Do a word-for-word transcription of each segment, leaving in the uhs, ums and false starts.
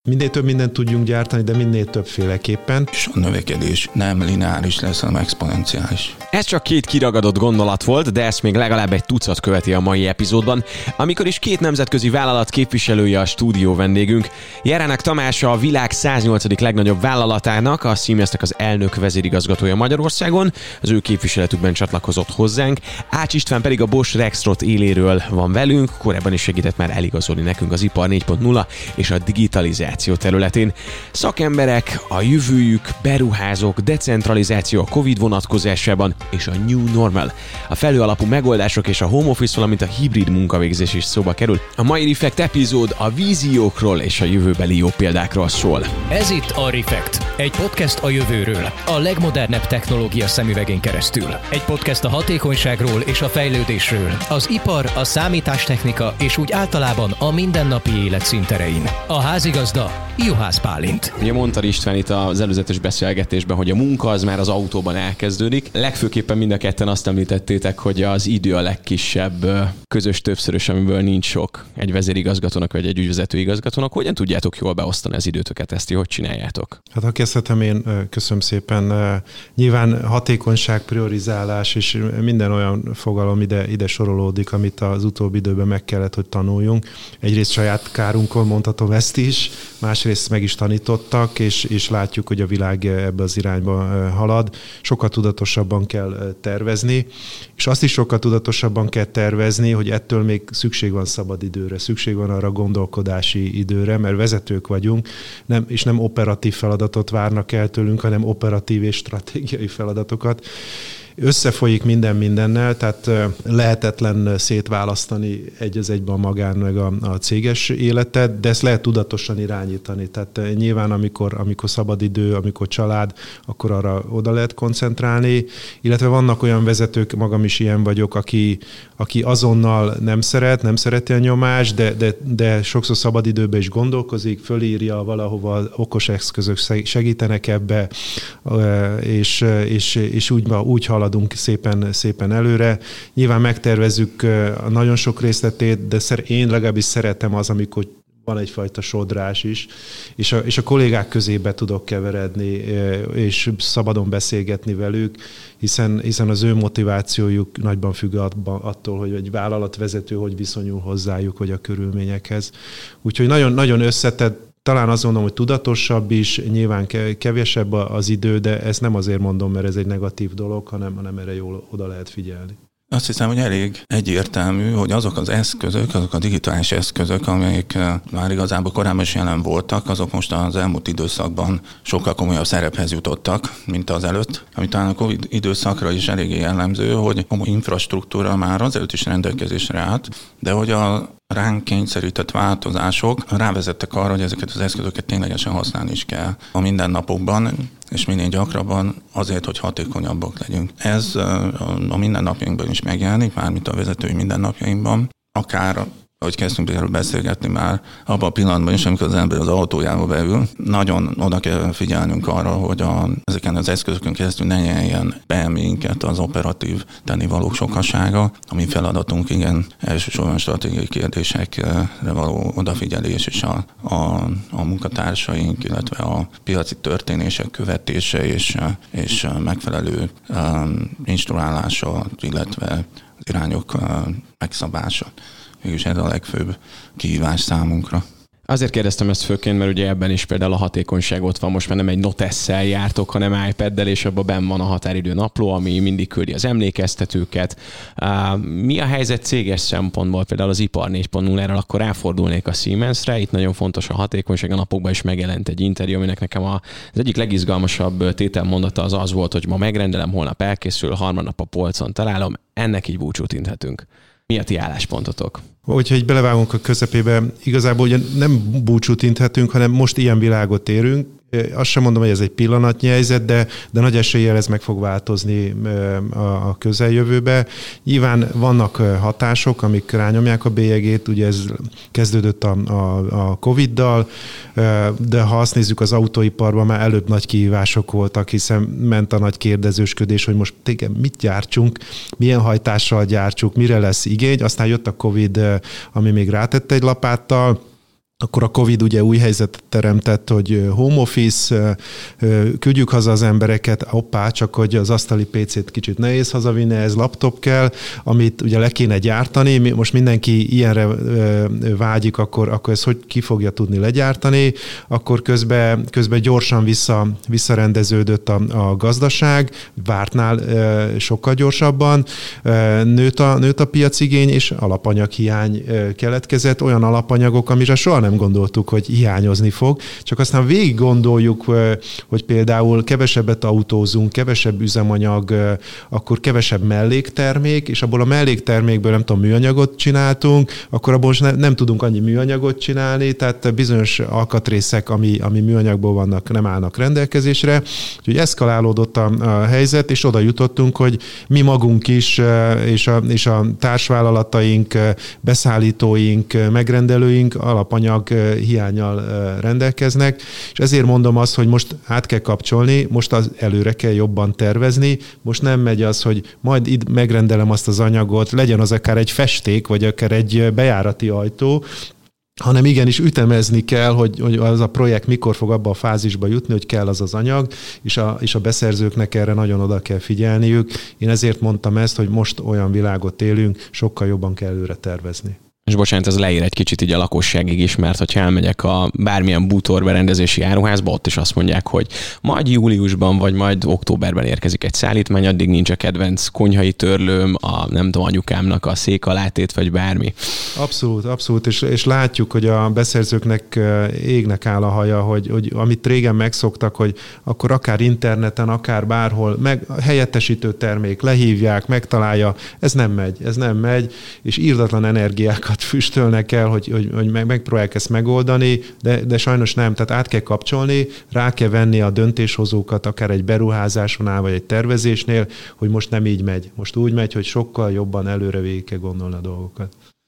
Minél több mindent tudjunk gyártani, de minél többféleképpen. És a növekedés nem lineáris lesz, hanem exponenciális. Ez csak két kiragadott gondolat volt, de ezt még legalább egy tucat követi a mai epizódban, amikor is két nemzetközi vállalat képviselője a stúdió vendégünk. Jerának Tamás a világ száznyolcadik legnagyobb vállalatának, a Siemensnek az elnök vezérigazgatója Magyarországon, az ő képviseletükben csatlakozott hozzánk. Ács István pedig a Bosch Rexroth éléről van velünk, korábban is segített már eligazolni nekünk az ipar négy pont nulla és a digitalizáció területén. Szakemberek, a jövőjük, beruházók, decentralizáció a Covid vonatkozásában és a New Normal. A felhőalapú megoldások és a home office, valamint a hibrid munkavégzés is szóba kerül. A mai Refekt epizód a víziókról és a jövőbeli jó példákról szól. Ez itt a Refekt, egy podcast a jövőről, a legmodernebb technológia szemüvegén keresztül. Egy podcast a hatékonyságról és a fejlődésről, az ipar, a számítástechnika és úgy általában a mindennapi élet színterein. A házigazda Juhász Bálint. Ugye mondtad István itt az előzetes beszélgetésben, hogy a munka az már az autóban elkezdődik. Legfőképpen mind a ketten azt említettétek, hogy az idő a legkisebb közös többszörös, amiből nincs sok egy vezérigazgatónak vagy egy ügyvezető igazgatónak. Hogyan tudjátok jól beosztani az időtöket, ezt ti hogy csináljátok? Hát ha kezdhetem én, köszönöm szépen. Nyilván hatékonyság, priorizálás és minden olyan fogalom ide, ide sorolódik, amit az utóbbi időben meg kellett, hogy tanuljunk. Egyrészt saját kárunkon mondhatom ezt is, másrészt meg is tanítottak, és, és látjuk, hogy a világ ebbe az irányba halad. Sokkal tudatosabban kell tervezni, és azt is sokkal tudatosabban kell tervezni, hogy ettől még szükség van szabadidőre, szükség van arra gondolkodási időre, mert vezetők vagyunk, nem, és nem operatív feladatot várnak el tőlünk, hanem operatív és stratégiai feladatokat. Összefolyik minden mindennel, tehát lehetetlen szétválasztani egy az egyben a magán meg a, a céges életet, de ezt lehet tudatosan irányítani. Tehát nyilván amikor, amikor szabadidő, amikor család, akkor arra oda lehet koncentrálni, illetve vannak olyan vezetők, magam is ilyen vagyok, aki, aki azonnal nem szeret, nem szereti a nyomást, de, de, de sokszor szabadidőben is gondolkozik, fölírja valahova, okos eszközök segítenek ebbe, és, és, és úgy, úgy hal haladunk szépen, szépen előre. Nyilván megtervezzük nagyon sok részletét, de én legalábbis szeretem az, amikor van egyfajta sodrás is, és a, és a kollégák közébe tudok keveredni, és szabadon beszélgetni velük, hiszen, hiszen az ő motivációjuk nagyban függ attól, hogy egy vállalatvezető hogy viszonyul hozzájuk, vagy a körülményekhez. Úgyhogy nagyon, nagyon összetett. Talán azt mondom, hogy tudatosabb is, nyilván kevesebb az idő, de ezt nem azért mondom, mert ez egy negatív dolog, hanem, hanem erre jól oda lehet figyelni. Azt hiszem, hogy elég egyértelmű, hogy azok az eszközök, azok a digitális eszközök, amelyek már igazából korábban is jelen voltak, azok most az elmúlt időszakban sokkal komolyabb szerephez jutottak, mint az előtt. Ami talán a Covid időszakra is eléggé jellemző, hogy a infrastruktúra már azelőtt is rendelkezésre állt, de hogy a ránk kényszerített változások rávezettek arra, hogy ezeket az eszközöket ténylegesen használni is kell a mindennapokban, és minél gyakrabban azért, hogy hatékonyabbak legyünk. Ez a mindennapjainkban is megjelenik, mármint a vezetői mindennapjainkban, akár ahogy kezdtünk erről beszélgetni már, abban a pillanatban is, amikor az ember az autójába beül, nagyon oda kell figyelnünk arra, hogy a, ezeken az eszközökön keresztül ne nyeljen be minket az operatív tennivalók sokasága. A mi feladatunk igen elsősorban stratégiai kérdésekre való odafigyelés, és a, a, a munkatársaink, illetve a piaci történések követése és, és megfelelő um, instruálása, illetve az irányok uh, megszabása. Mégis ez a legfőbb kihívás számunkra. Azért kérdeztem ezt főként, mert ugye ebben is például a hatékonyság ott van, most már nem egy notesszel jártok, hanem iPaddel, és abban benn van a határidő napló, ami mindig küldi az emlékeztetőket. Mi a helyzet céges szempontból, például az ipar négy pont nulláról, akkor ráfordulnék a Siemensre, itt nagyon fontos a hatékonyság, a napokban is megjelent egy interjú, aminek nekem az egyik legizgalmasabb tételmondata az az volt, hogy ma megrendelem, holnap elkészül, harmadnap a polcon találom, ennek így búcsút inthetünk. Mi a ti álláspontotok? Hogyha így belevágunk a közepébe, igazából ugye nem búcsút inthetünk, hanem most ilyen világot érünk. Azt sem mondom, hogy ez egy pillanatnyi helyzet, de, de nagy eséllyel ez meg fog változni a közeljövőbe. Nyilván vannak hatások, amik rányomják a bélyegét, ugye ez kezdődött a, a, a Coviddal, de ha azt nézzük, az autóiparban már előbb nagy kihívások voltak, hiszen ment a nagy kérdezősködés, hogy most tényleg mit gyártsunk, milyen hajtással gyártsuk, mire lesz igény, aztán jött a Covid, ami még rátette egy lapáttal, Akkor a Covid ugye új helyzetet teremtett, hogy home office, küldjük haza az embereket, hoppá, csak hogy az asztali pé cét kicsit nehéz hazavinni, ez laptop kell, amit ugye le kéne gyártani, most mindenki ilyenre vágyik, akkor, akkor ezt hogy ki fogja tudni legyártani, akkor közben, közben gyorsan vissza, visszarendeződött a, a gazdaság, vártnál sokkal gyorsabban, nőtt a, nőtt a piacigény, és alapanyaghiány keletkezett, olyan alapanyagok, amire soha nem gondoltuk, hogy hiányozni fog, csak aztán végig gondoljuk, hogy például kevesebbet autózunk, kevesebb üzemanyag, akkor kevesebb melléktermék, és abból a melléktermékből nem tudom, műanyagot csináltunk, akkor abból ne, nem tudunk annyi műanyagot csinálni, tehát bizonyos alkatrészek, ami, ami műanyagból vannak, nem állnak rendelkezésre. Úgyhogy eszkalálódott a, a helyzet, és oda jutottunk, hogy mi magunk is, és a, és a társvállalataink, beszállítóink, megrendelőink alapanyag hiánnyal rendelkeznek, és ezért mondom azt, hogy most át kell kapcsolni, most az előre kell jobban tervezni, most nem megy az, hogy majd itt megrendelem azt az anyagot, legyen az akár egy festék, vagy akár egy bejárati ajtó, hanem igenis ütemezni kell, hogy, hogy az a projekt mikor fog abba a fázisba jutni, hogy kell az az anyag, és a, és a beszerzőknek erre nagyon oda kell figyelniük. Én ezért mondtam ezt, hogy most olyan világot élünk, sokkal jobban kell előre tervezni. És bocsánat, ez leír egy kicsit így a lakosságig is, mert hogyha elmegyek a bármilyen bútorberendezési áruházba, ott is azt mondják, hogy majd júliusban, vagy majd októberben érkezik egy szállítmány, addig nincs a kedvenc konyhai törlőm, a nem tudom, anyukámnak a székalátét, vagy bármi. Abszolút, abszolút, és, és látjuk, hogy a beszerzőknek égnek áll a haja, hogy, hogy amit régen megszoktak, hogy akkor akár interneten, akár bárhol, meg helyettesítő termék, lehívják, megtalálja, ez nem megy, ez nem megy, és írdatlan energiákat füstölnek el, hogy, hogy, hogy megpróbálják ezt megoldani, de, de sajnos nem. Tehát át kell kapcsolni, rá kell venni a döntéshozókat, akár egy beruházásonál, vagy egy tervezésnél, hogy most nem így megy. Most úgy megy, hogy sokkal jobban előre végig kell gondolni a dolgokat.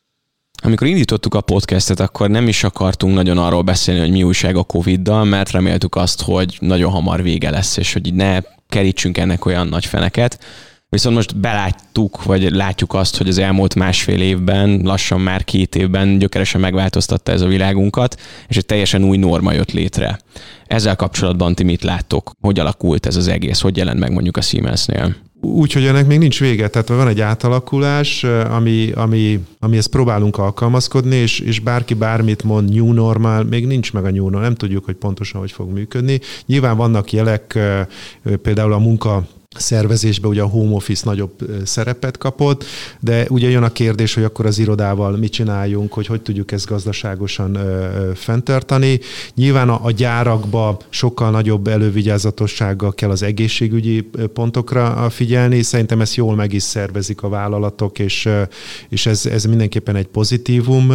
Amikor indítottuk a podcastet, akkor nem is akartunk nagyon arról beszélni, hogy mi újság a Coviddal, mert reméltük azt, hogy nagyon hamar vége lesz, és hogy ne kerítsünk ennek olyan nagy feneket. Viszont most beláttuk, vagy látjuk azt, hogy az elmúlt másfél évben, lassan már két évben gyökeresen megváltoztatta ez a világunkat, és egy teljesen új norma jött létre. Ezzel kapcsolatban ti mit láttok? Hogy alakult ez az egész? Hogy jelent meg mondjuk a Siemensnél? Úgyhogy ennek még nincs vége, tehát van egy átalakulás, ami, ami, amihez próbálunk alkalmazkodni, és, és bárki bármit mond, new normal, még nincs meg a new normal, nem tudjuk, hogy pontosan hogy fog működni. Nyilván vannak jelek, például a munka szervezésben ugye a home office nagyobb szerepet kapott, de ugye jön a kérdés, hogy akkor az irodával mit csináljunk, hogy hogy tudjuk ezt gazdaságosan fenntartani. Nyilván a, a gyárakba sokkal nagyobb elővigyázatossággal kell az egészségügyi pontokra figyelni. Szerintem ezt jól meg is szervezik a vállalatok, és, és ez, ez mindenképpen egy pozitívum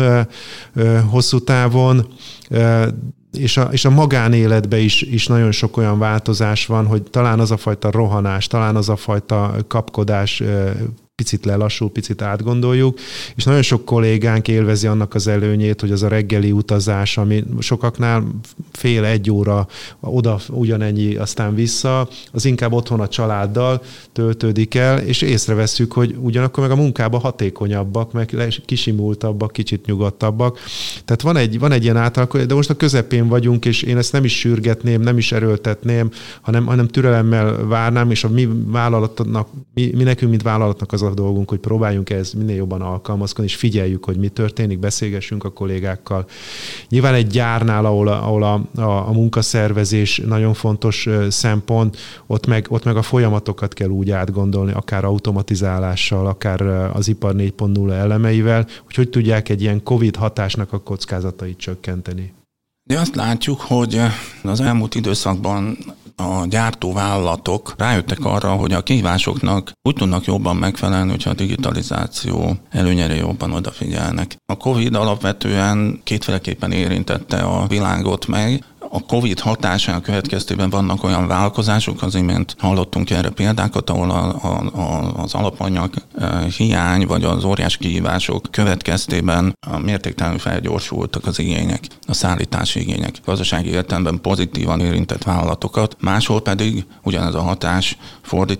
hosszú távon. És a, és a magánéletben is, is nagyon sok olyan változás van, hogy talán az a fajta rohanás, talán az a fajta kapkodás picit lelassul, picit átgondoljuk, és nagyon sok kollégánk élvezi annak az előnyét, hogy az a reggeli utazás, ami sokaknál fél egy óra oda ugyanennyi, aztán vissza, az inkább otthon a családdal töltődik el, és észrevesszük, hogy ugyanakkor meg a munkában hatékonyabbak, meg kisimultabbak, kicsit nyugodtabbak. Tehát van egy, van egy ilyen átalakulás, de most a közepén vagyunk, és én ezt nem is sürgetném, nem is erőltetném, hanem, hanem türelemmel várnám, és a mi vállalatnak, mi, mi nekünk, mint vállalatnak az a dolgunk, hogy próbáljunk ezt minél jobban alkalmazkodni, és figyeljük, hogy mi történik, beszélgessünk a kollégákkal. Nyilván egy gyárnál, ahol a, ahol a, a, a munkaszervezés nagyon fontos szempont, ott meg, ott meg a folyamatokat kell úgy átgondolni, akár automatizálással, akár az ipar négy pont nulla elemeivel, hogy hogy tudják egy ilyen Covid hatásnak a kockázatait csökkenteni. De azt látjuk, hogy az elmúlt időszakban a gyártóvállalatok rájöttek arra, hogy a kihívásoknak úgy tudnak jobban megfelelni, hogyha a digitalizáció előnyére jobban odafigyelnek. A Covid alapvetően kétféleképpen érintette a világot meg. A Covid hatásának következtében vannak olyan vállalkozások, az imént hallottunk erre példákat, ahol a, a, az alapanyag hiány vagy az óriási kihívások következtében mértéktelenül felgyorsultak az igények, a szállítási igények. Gazdasági értelemben pozitívan érintett vállalatokat, máshol pedig ugyanez a hatás fordított,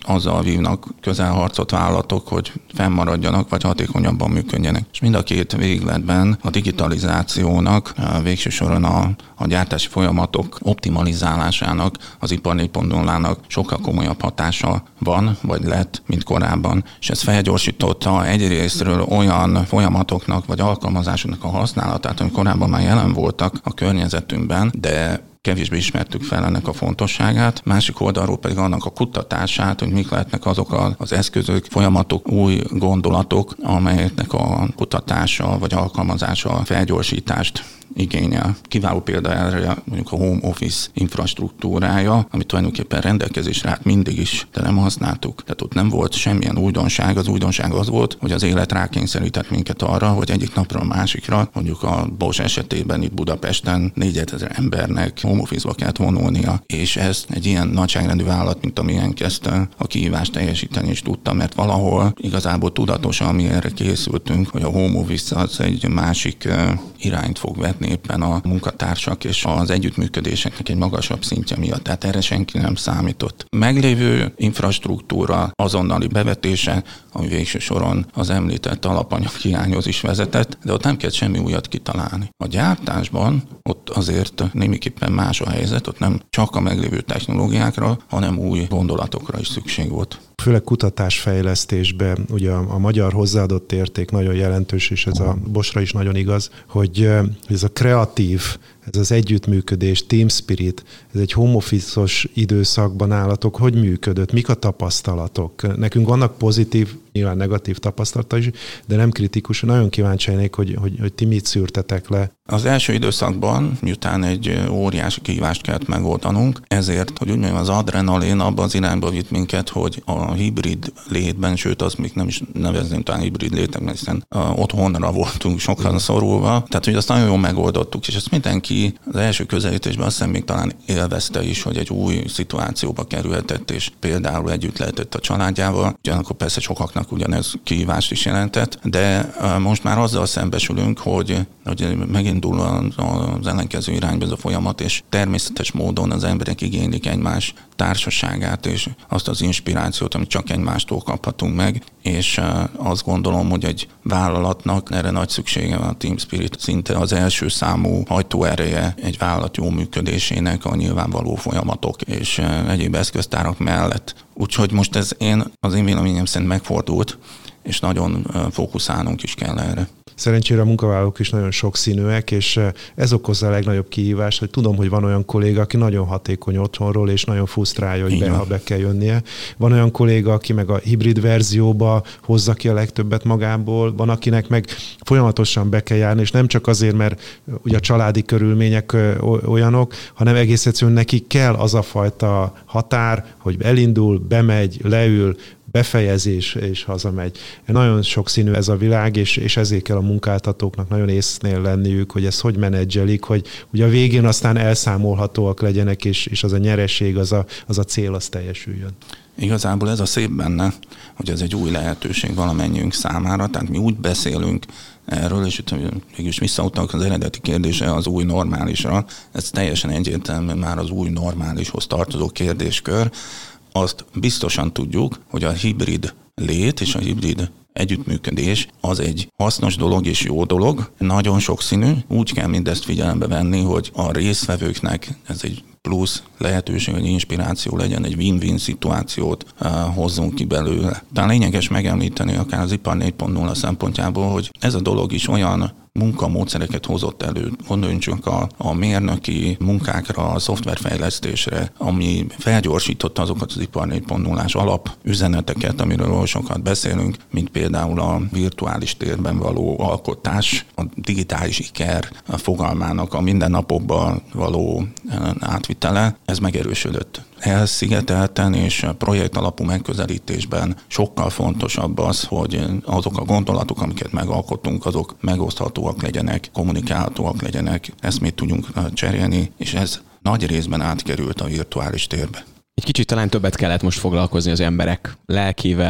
azzal vívnak közelharcot vállalatok, hogy fennmaradjanak, vagy hatékonyabban működjenek. És mind a két végletben a digitalizációnak végső soron a, a gyártási folyamatok optimalizálásának, az ipar négy pont nullának sokkal komolyabb hatása van, vagy lett, mint korábban. És ez felgyorsította egyrésztről olyan folyamatoknak, vagy alkalmazásoknak a használatát, amik korábban már jelen voltak a környezetünkben, de kevésbé ismertük fel ennek a fontosságát, másik oldalról pedig annak a kutatását, hogy mik lehetnek azok az eszközök, folyamatok, új gondolatok, amelyeknek a kutatása vagy alkalmazása felgyorsítást igényel. Kiváló példa erre mondjuk a home office infrastruktúrája, ami tulajdonképpen rendelkezésre hát mindig is, de nem használtuk. Tehát ott nem volt semmilyen újdonság. Az újdonság az volt, hogy az élet rákényszerített minket arra, hogy egyik napról a másikra, mondjuk a Bosch esetében itt Budapesten négyezer embernek home office-ba kellett vonulnia, és ezt egy ilyen nagyságrendű vállalat, mint amilyen kezdte a kihívást teljesíteni is tudta, mert valahol igazából tudatosan mi erre készültünk, hogy a home office az egy másik irányt fog vetni éppen a munkatársak és az együttműködéseknek egy magasabb szintje miatt. Tehát erre senki nem számított. Meglévő infrastruktúra azonnali bevetése, ami végső soron az említett alapanyag hiányhoz is vezetett, de ott nem kellett semmi újat kitalálni. A gyártásban ott azért némiképpen más a helyzet, ott nem csak a meglévő technológiákra, hanem új gondolatokra is szükség volt. Főleg kutatásfejlesztésbe, ugye a, a magyar hozzáadott érték nagyon jelentős, és ez a Boschra is nagyon igaz, hogy ez a kreatív, ez az együttműködés, team spirit, ez egy home office-os időszakban állatok, hogy működött, mik a tapasztalatok? Nekünk vannak pozitív, nyilván negatív tapasztalata is, de nem kritikus. Nagyon kíváncsi lennék, hogy, hogy, hogy ti mit szűrtetek le. Az első időszakban, miután egy óriási kihívást kellett megoldanunk, ezért, hogy úgy mondjam, az adrenalin abban az irányba vitt minket, hogy a hibrid létben, sőt, azt még nem is nevezném talán hibrid létnek, mert hiszen otthonra voltunk sokan szorulva, tehát hogy azt nagyon jól megoldottuk, és ezt mindenki az első közelítésben azt hiszem még talán élvezte is, hogy egy új szituációba kerülhetett, és például együtt lehetett a családjával, ugyanakkor persze sokaknak ugyanez kihívást is jelentett, de most már azzal szembesülünk, hogy, hogy megindul az ellenkező irányba ez a folyamat, és természetes módon az emberek igénylik egymás társaságát, és azt az inspirációt, amit csak egymástól kaphatunk meg, és azt gondolom, hogy egy vállalatnak erre nagy szüksége van, a Team Spirit szinte az első számú hajtóereje egy vállalat jó működésének a nyilvánvaló folyamatok és egyéb eszköztárak mellett. Úgyhogy most ez én, az én véleményem szerint megfordult, és nagyon fókuszálnunk is kell erre. Szerencsére a munkavállalók is nagyon sokszínűek, és ez okozza a legnagyobb kihívást, hogy tudom, hogy van olyan kolléga, aki nagyon hatékony otthonról, és nagyon frusztrálja, hogy be, ha be kell jönnie. Van olyan kolléga, aki meg a hibrid verzióba hozza ki a legtöbbet magából, van akinek meg folyamatosan be kell járni, és nem csak azért, mert ugye a családi körülmények olyanok, hanem egész egyszerűen neki kell az a fajta határ, hogy elindul, bemegy, leül, befejezés és hazamegy. Nagyon sokszínű ez a világ, és, és ezért kell a munkáltatóknak nagyon észnél lenniük, hogy ezt hogy menedzselik, hogy ugye a végén aztán elszámolhatóak legyenek, és, és az a nyereség, az a, az a cél, az teljesüljön. Igazából ez a szép benne, hogy ez egy új lehetőség valamennyiünk számára, tehát mi úgy beszélünk erről, és itt mégis visszautalok az eredeti kérdése az új normálisra. Ez teljesen egyértelmű, már az új normálishoz tartozó kérdéskör. Azt biztosan tudjuk, hogy a hibrid lét és a hibrid együttműködés az egy hasznos dolog és jó dolog, nagyon sokszínű. Úgy kell mindezt figyelembe venni, hogy a résztvevőknek ez egy plusz lehetőség, hogy inspiráció legyen, egy win-win szituációt uh, hozzunk ki belőle. Talán lényeges megemlíteni akár az ipar négy pont nulla szempontjából, hogy ez a dolog is olyan munkamódszereket hozott elő, gondoljunk csak a, a mérnöki munkákra, a szoftverfejlesztésre, ami felgyorsította azokat az ipar négy pont nullás alapüzeneteket, amiről sokat beszélünk, mint például a virtuális térben való alkotás, a digitális iker a fogalmának a mindennapokban való átvitele, ez megerősödött. Elszigetelten és projekt alapú megközelítésben sokkal fontosabb az, hogy azok a gondolatok, amiket megalkotunk, azok megoszthatóak legyenek, kommunikálhatóak legyenek, eszmét tudjunk cserélni, és ez nagy részben átkerült a virtuális térbe. Egy kicsit talán többet kellett most foglalkozni az emberek lelkével,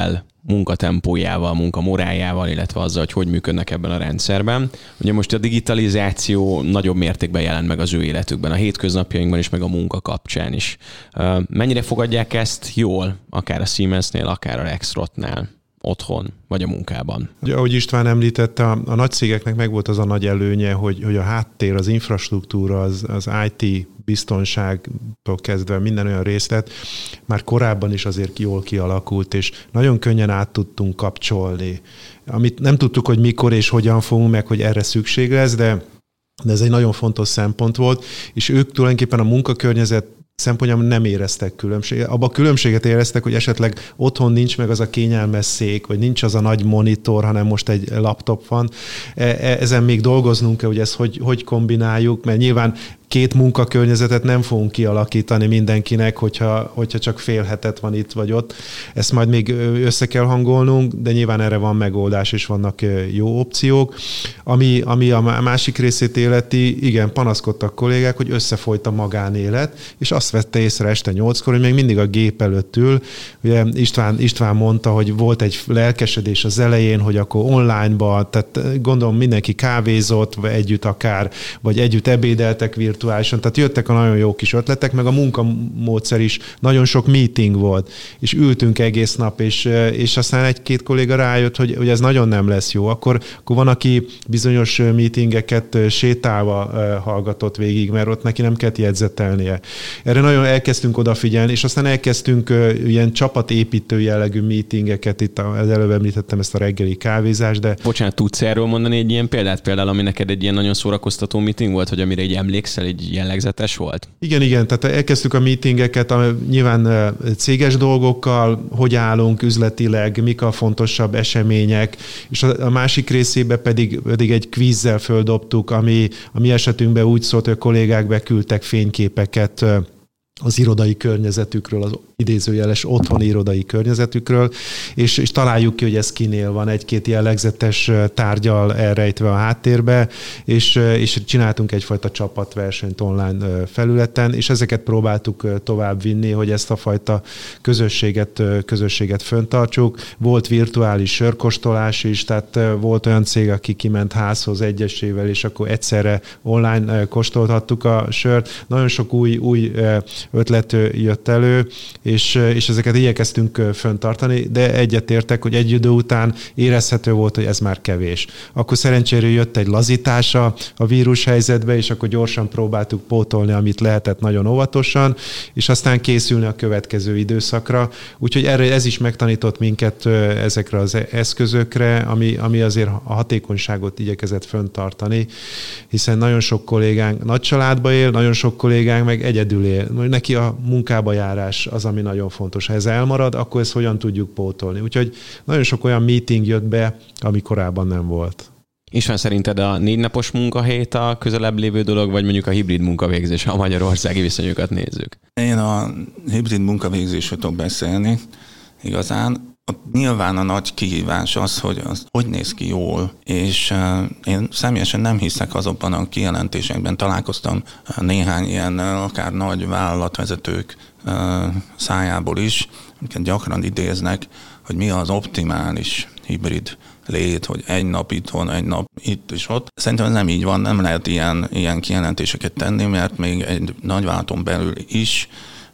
munkatempójával, munkamorájával, illetve azzal, hogy hogy működnek ebben a rendszerben. Ugye most a digitalizáció nagyobb mértékben jelent meg az ő életükben, a hétköznapjainkban is, meg a munka kapcsán is. Mennyire fogadják ezt jól, akár a Siemensnél, akár a Rexroth-nál, otthon, vagy a munkában? Ugye, ahogy István említette, a, a nagy cégeknek megvolt az a nagy előnye, hogy, hogy a háttér, az infrastruktúra, az, az i té biztonságtól kezdve minden olyan részlet már korábban is azért jól kialakult, és nagyon könnyen át tudtunk kapcsolni. Amit nem tudtuk, hogy mikor és hogyan fogunk, meg hogy erre szükség lesz, de, de ez egy nagyon fontos szempont volt, és ők tulajdonképpen a munkakörnyezet szempontjából nem éreztek különbséget. Abba a különbséget éreztek, hogy esetleg otthon nincs meg az a kényelmes szék, vagy nincs az a nagy monitor, hanem most egy laptop van. Ezen még dolgoznunk kell, hogy ezt hogy, hogy kombináljuk, mert nyilván két munkakörnyezetet nem fogunk kialakítani mindenkinek, hogyha, hogyha csak fél hetet van itt vagy ott. Ezt majd még össze kell hangolnunk, de nyilván erre van megoldás, és vannak jó opciók. Ami, ami a másik részét életi, igen, panaszkodtak kollégák, hogy összefolyt a magánélet, és azt vette észre este nyolckor, hogy még mindig a gép előtt ül. Ugye István, István mondta, hogy volt egy lelkesedés az elején, hogy akkor online-ba, tehát gondolom mindenki kávézott, vagy együtt akár, vagy együtt ebédeltek virtuálisan, tehát jöttek a nagyon jó kis ötletek, meg a munkamódszer is, nagyon sok meeting volt, és ültünk egész nap, és, és aztán egy-két kolléga rájött, hogy, hogy ez nagyon nem lesz jó. Akkor, akkor van, aki bizonyos meetingeket sétálva hallgatott végig, mert ott neki nem kellett jegyzetelnie. Erre nagyon elkezdtünk odafigyelni, és aztán elkezdtünk ilyen csapatépítő jellegű meetingeket, itt az előbb említettem ezt a reggeli kávézást, de... Bocsánat, tudsz erről mondani egy ilyen példát? Például, ami neked egy ilyen nagyon szórakoztató meeting volt, hogy amire így emlékszel, egy jellegzetes volt? Igen, igen, tehát elkezdtük a meetingeket, nyilván céges dolgokkal, hogy állunk üzletileg, mik a fontosabb események, és a másik részébe pedig, pedig egy kvízzel földobtuk, ami a mi esetünkben úgy szólt, hogy a kollégák beküldtek fényképeket az irodai környezetükről, az idézőjeles otthoni irodai környezetükről, és, és találjuk ki, hogy ez kinél van, egy-két jellegzetes tárgyal elrejtve a háttérbe, és, és csináltunk egyfajta csapatversenyt online felületen, és ezeket próbáltuk tovább vinni, hogy ezt a fajta közösséget, közösséget föntartsuk. Volt virtuális sörkóstolás is, tehát volt olyan cég, aki kiment házhoz egyesével, és akkor egyszerre online kóstolhattuk a sört. Nagyon sok új, új ötlet jött elő, és, és ezeket igyekeztünk föntartani, de egyetértek, hogy egy idő után érezhető volt, hogy ez már kevés. Akkor szerencsére jött egy lazítása a vírushelyzetbe, és akkor gyorsan próbáltuk pótolni, amit lehetett nagyon óvatosan, és aztán készülni a következő időszakra. Úgyhogy erre ez is megtanított minket ezekre az eszközökre, ami, ami azért a hatékonyságot igyekezett föntartani, hiszen nagyon sok kollégánk nagy családba él, nagyon sok kollégánk meg egyedül él. Neki a munkába járás az, ami nagyon fontos. Ha ez elmarad, akkor ezt hogyan tudjuk pótolni. Úgyhogy nagyon sok olyan meeting jött be, ami korábban nem volt. István, szerinted a négy napos munkahét a közelebb lévő dolog, vagy mondjuk a hibrid munkavégzés, ha a magyarországi viszonyokat nézzük? Én a hibrid munkavégzésről tudok beszélni igazán. Nyilván a nagy kihívás az, hogy az hogy néz ki jól, és én személyesen nem hiszek azokban a kijelentésekben, találkoztam néhány ilyen akár nagy vállalatvezetők szájából is, amiket gyakran idéznek, hogy mi az optimális hibrid lét, hogy egy nap itthon, egy nap itt és ott. Szerintem ez nem így van, nem lehet ilyen, ilyen kijelentéseket tenni, mert még egy nagyvállalaton belül is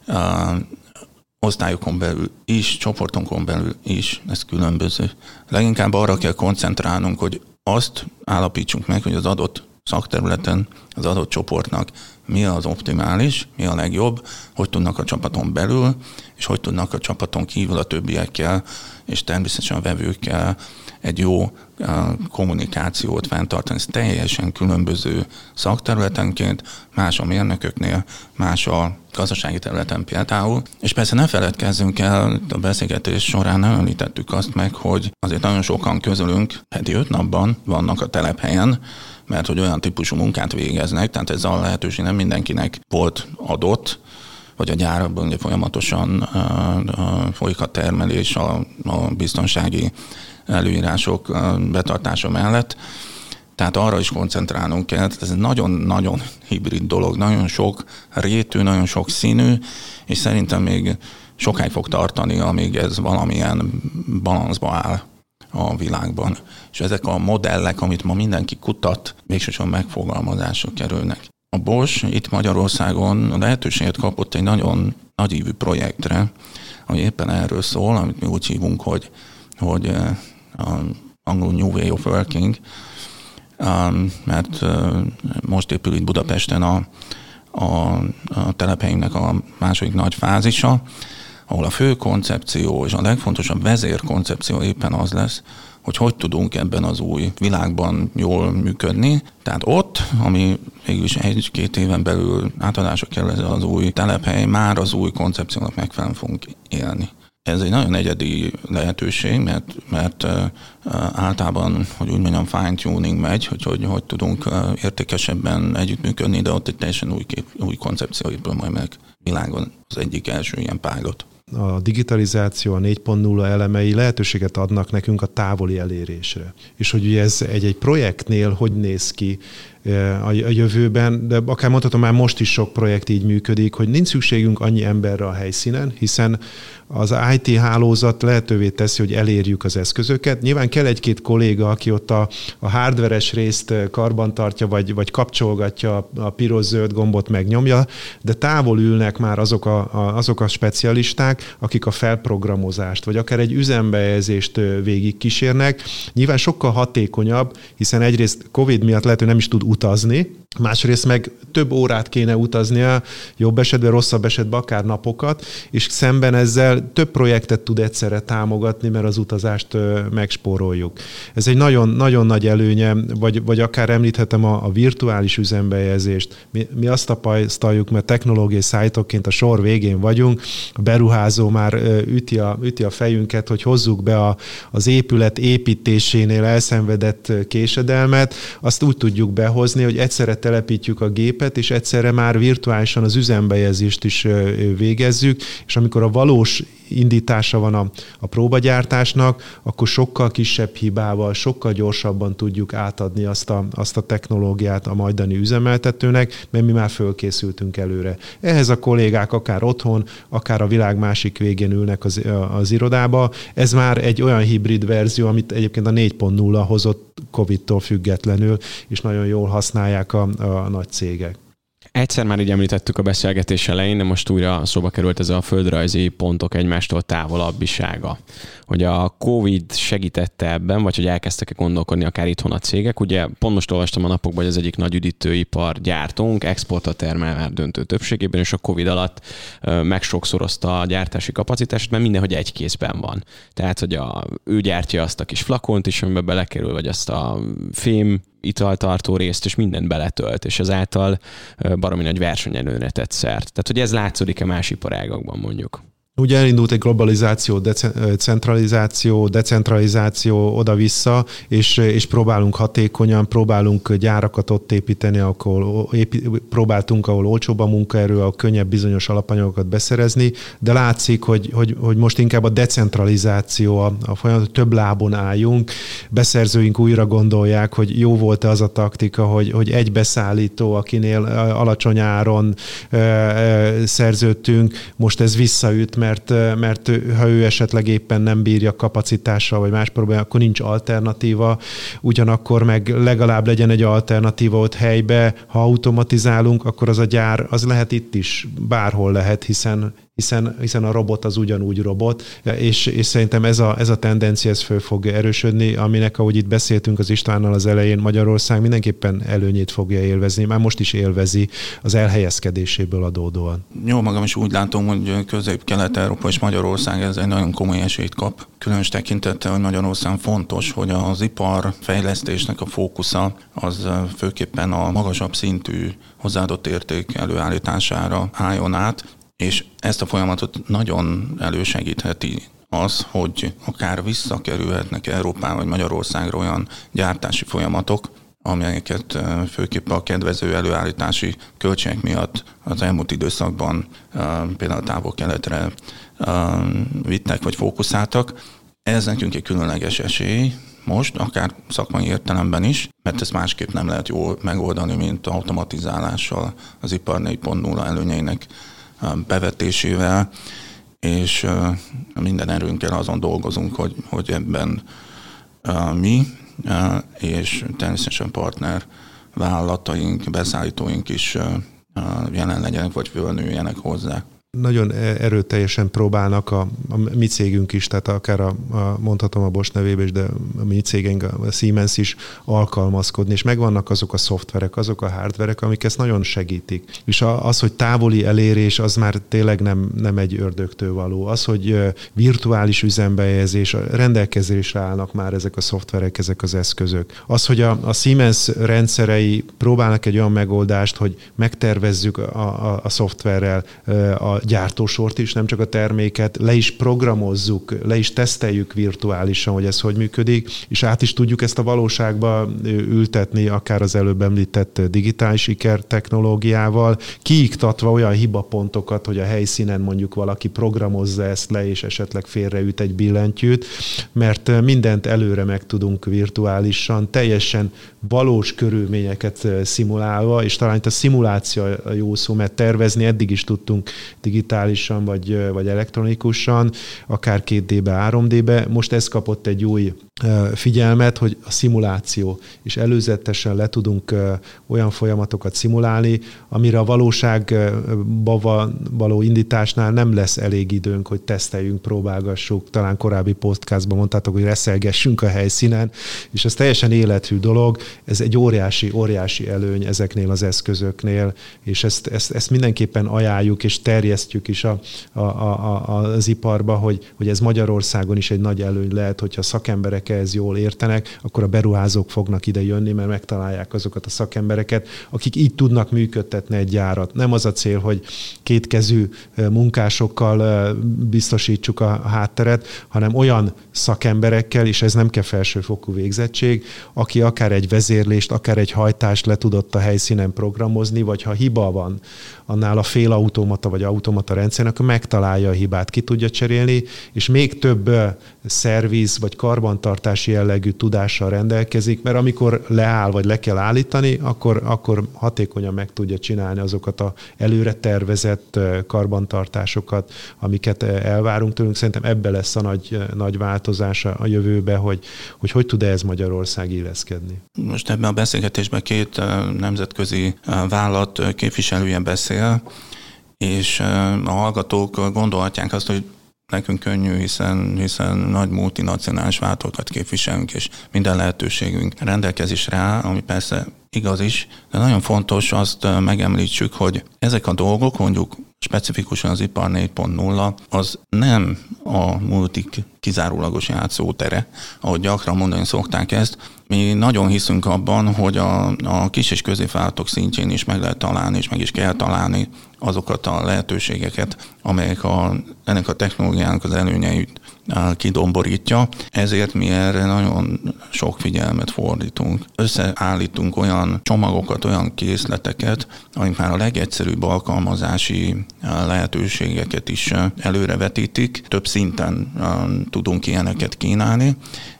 osztályokon belül is, csoportonkon belül is, ez különböző. Leginkább arra kell koncentrálnunk, hogy azt állapítsunk meg, hogy az adott szakterületen, az adott csoportnak mi az optimális, mi a legjobb, hogy tudnak a csapaton belül, és hogy tudnak a csapaton kívül a többiekkel, és természetesen a vevőkkel egy jó kommunikációt fenntartani. Ez teljesen különböző szakterületenként, más a mérnököknél, más a gazdasági területen például. És persze ne feledkezzünk el, a beszélgetés során nem említettük azt meg, hogy azért nagyon sokan közülünk heti öt napban vannak a telephelyen, mert hogy olyan típusú munkát végeznek, tehát ez a lehetőség nem mindenkinek volt adott, vagy a gyárakban ugye folyamatosan uh, folyik a termelés a, a biztonsági előírások betartása mellett. Tehát arra is koncentrálnunk kell. Ez egy nagyon-nagyon hibrid dolog, nagyon sok rétű, nagyon sok színű, és szerintem még sokáig fog tartani, amíg ez valamilyen balanszba áll a világban. És ezek a modellek, amit ma mindenki kutat, végsősorban megfogalmazásra kerülnek. A Bosch itt Magyarországon lehetőséget kapott egy nagyon nagyívű projektre, ami éppen erről szól, amit mi úgy hívunk, hogy, hogy a angol New Way of Working, mert most épül itt Budapesten a, a, a telephelyünknek a második nagy fázisa, ahol a fő koncepció és a legfontosabb vezérkoncepció éppen az lesz, hogy hogy tudunk ebben az új világban jól működni. Tehát ott, ami mégis egy-két éven belül átadásra kerül ez az új telephely, már az új koncepciónak megfelelően fogunk élni. Ez egy nagyon egyedi lehetőség, mert, mert uh, általában, hogy úgy mondjam, fine-tuning megy, hogy hogy, hogy tudunk uh, értékesebben együttműködni, de ott egy teljesen új, kép, új koncepció épül majd meg világon az egyik első ilyen pilot. A digitalizáció, a négy pont nulla elemei lehetőséget adnak nekünk a távoli elérésre. És hogy ugye ez egy-egy projektnél hogy néz ki a jövőben, de akár mondhatom, már most is sok projekt így működik, hogy nincs szükségünk annyi emberre a helyszínen, hiszen az i té hálózat lehetővé teszi, hogy elérjük az eszközöket. Nyilván kell egy-két kolléga, aki ott a, a hardveres részt karbantartja, vagy, vagy kapcsolgatja a, a piros-zöld gombot, megnyomja, de távol ülnek már azok a, a, azok a specialisták, akik a felprogramozást, vagy akár egy üzembehelyezést végig kísérnek. Nyilván sokkal hatékonyabb, hiszen egyrészt Covid miatt lehet, hogy nem is tud utazni, másrészt meg több órát kéne utaznia, jobb esetben, rosszabb esetben akár napokat, és szemben ezzel több projektet tud egyszerre támogatni, mert az utazást megspóroljuk. Ez egy nagyon, nagyon nagy előnye, vagy, vagy akár említhetem a, a virtuális üzembehelyezést. Mi, mi azt tapasztaljuk, mert technológiai szájtokként a sor végén vagyunk, a beruházó már üti a, üti a fejünket, hogy hozzuk be a, az épület építésénél elszenvedett késedelmet, azt úgy tudjuk behozni, hogy egyszerre telepítjük a gépet, és egyszerre már virtuálisan az üzembehelyezést is végezzük, és amikor a valós indítása van a, a próbagyártásnak, akkor sokkal kisebb hibával, sokkal gyorsabban tudjuk átadni azt a, azt a technológiát a majdani üzemeltetőnek, mert mi már fölkészültünk előre. Ehhez a kollégák akár otthon, akár a világ másik végén ülnek az, az irodába. Ez már egy olyan hibrid verzió, amit egyébként a négy pont nulla hozott Covid-tól függetlenül, és nagyon jól használják a, a nagy cégek. Egyszer már így említettük a beszélgetés elején, de most újra szóba került ez a földrajzi pontok egymástól távolabbisága. Hogy a Covid segítette ebben, vagy hogy elkezdtek gondolkodni akár itthon a cégek. Ugye pont most olvastam a napokban, hogy az egyik nagy üdítőipar gyártónk, exportra termel már döntő többségében, és a Covid alatt meg sokszorozta a gyártási kapacitást, mert mindenhogy egy kézben van. Tehát, hogy a, ő gyártja azt a kis flakont is, amiben belekerül, vagy azt a fém italtartó részt, és mindent beletölt, és ezáltal baromi nagy versenyelőre tett szert. Tehát, hogy ez látszódik-e más iparágakban mondjuk? Ugye elindult egy globalizáció, decentralizáció, decentralizáció oda-vissza, és, és próbálunk hatékonyan, próbálunk gyárakat ott építeni, ahol épi, próbáltunk, ahol olcsóbb a munkaerő, ahol könnyebb bizonyos alapanyagokat beszerezni, de látszik, hogy, hogy, hogy most inkább a decentralizáció a, a folyamat, hogy több lábon álljunk, beszerzőink újra gondolják, hogy jó volt-e az a taktika, hogy, hogy egy beszállító, akinél alacsony áron e, e, szerződtünk, most ez visszaüt, mert, mert ha ő esetleg éppen nem bírja kapacitással, vagy más probléma, akkor nincs alternatíva, ugyanakkor meg legalább legyen egy alternatíva ott helybe, ha automatizálunk, akkor az a gyár, az lehet itt is, bárhol lehet, hiszen Hiszen, hiszen a robot az ugyanúgy robot, és, és szerintem ez a, ez a tendencia ez föl fog erősödni, aminek, ahogy itt beszéltünk az Istvánnal az elején, Magyarország mindenképpen előnyét fogja élvezni, már most is élvezi az elhelyezkedéséből adódóan. Jó, magam is úgy látom, hogy Közép-Kelet-Európa és Magyarország ez egy nagyon komoly esélyt kap. Különös tekintettel, hogy Magyarország fontos, hogy az ipar fejlesztésnek a fókusza az főképpen a magasabb szintű hozzáadott érték előállítására álljon át, és ezt a folyamatot nagyon elősegítheti az, hogy akár visszakerülhetnek Európába vagy Magyarországra olyan gyártási folyamatok, amelyeket főképpen a kedvező előállítási költségek miatt az elmúlt időszakban például távol-keletre vittek vagy fókuszáltak. Ez nekünk egy különleges esély most, akár szakmai értelemben is, mert ezt másképp nem lehet jól megoldani, mint automatizálással, az ipar négy pont nulla előnyeinek bevetésével, és minden erőnkkel azon dolgozunk, hogy, hogy ebben mi, és természetesen partner vállalataink, beszállítóink is jelen legyenek, vagy fölnőjenek hozzá. Nagyon erőteljesen próbálnak a, a mi cégünk is, tehát akár a, a, mondhatom a Bosch nevébe is, de a mi cégünk, a Siemens is alkalmazkodni, és megvannak azok a szoftverek, azok a hardverek, amik ezt nagyon segítik. És az, hogy távoli elérés, az már tényleg nem, nem egy ördögtől való. Az, hogy virtuális üzembehelyezés, rendelkezésre állnak már ezek a szoftverek, ezek az eszközök. Az, hogy a, a Siemens rendszerei próbálnak egy olyan megoldást, hogy megtervezzük a, a, a szoftverrel a gyártósort is, nem csak a terméket, le is programozzuk, le is teszteljük virtuálisan, hogy ez hogy működik, és át is tudjuk ezt a valóságba ültetni, akár az előbb említett digitális ikertechnológiával, kiiktatva olyan hibapontokat, hogy a helyszínen mondjuk valaki programozza ezt le, és esetleg félreüt egy billentyűt, mert mindent előre meg tudunk virtuálisan, teljesen valós körülményeket szimulálva, és talán itt a szimuláció a jó szó, mert tervezni eddig is tudtunk digitálisan vagy, vagy elektronikusan, akár két dé-be, három dé-be. Most ez kapott egy új figyelmet, hogy a szimuláció, és előzetesen le tudunk olyan folyamatokat szimulálni, amire a valóságba való indításnál nem lesz elég időnk, hogy teszteljünk, próbálgassuk. Talán korábbi podcastban mondtátok, hogy reszelgessünk a helyszínen, és ez teljesen élethű dolog. Ez egy óriási, óriási előny ezeknél az eszközöknél, és ezt, ezt, ezt mindenképpen ajánljuk, és terjesztjük is a, a, a, az iparba, hogy, hogy ez Magyarországon is egy nagy előny lehet, hogyha szakemberek ehhez jól értenek, akkor a beruházók fognak ide jönni, mert megtalálják azokat a szakembereket, akik így tudnak működtetni egy gyárat. Nem az a cél, hogy kétkezű munkásokkal biztosítsuk a hátteret, hanem olyan szakemberekkel, és ez nem kell felsőfokú végzettség, aki akár egy vezérlést, akár egy hajtást le tudott a helyszínen programozni, vagy ha hiba van annál a félautomata vagy automata rendszernek, akkor megtalálja a hibát, ki tudja cserélni, és még több szerviz vagy karbantartási jellegű tudással rendelkezik, mert amikor leáll vagy le kell állítani, akkor, akkor hatékonyan meg tudja csinálni azokat az előre tervezett karbantartásokat, amiket elvárunk tőlünk. Szerintem ebbe lesz a nagy, nagy változás a jövőbe, hogy, hogy hogy tud ez Magyarország illeszkedni. Most ebben a beszélgetésben két nemzetközi vállalat képviselője beszél, és a hallgatók gondolhatják azt, hogy nekünk könnyű, hiszen, hiszen nagy multinacionális vállalatokat képviselünk, és minden lehetőségünk rendelkezés rá, ami persze igaz is, de nagyon fontos azt megemlítsük, hogy ezek a dolgok, mondjuk specifikusan az ipar négy pont nulla, az nem a multik kizárólagos játszótere, ahogy gyakran mondani szokták ezt. Mi nagyon hiszünk abban, hogy a, a kis és középvállalatok szintjén is meg lehet találni, és meg is kell találni azokat a lehetőségeket, amelyek a, ennek a technológiának az előnyeit kidomborítja. Ezért mi erre nagyon sok figyelmet fordítunk. Összeállítunk olyan csomagokat, olyan készleteket, amik már a legegyszerűbb alkalmazási lehetőségeket is előrevetítik. Több szinten tudunk ilyeneket kínálni.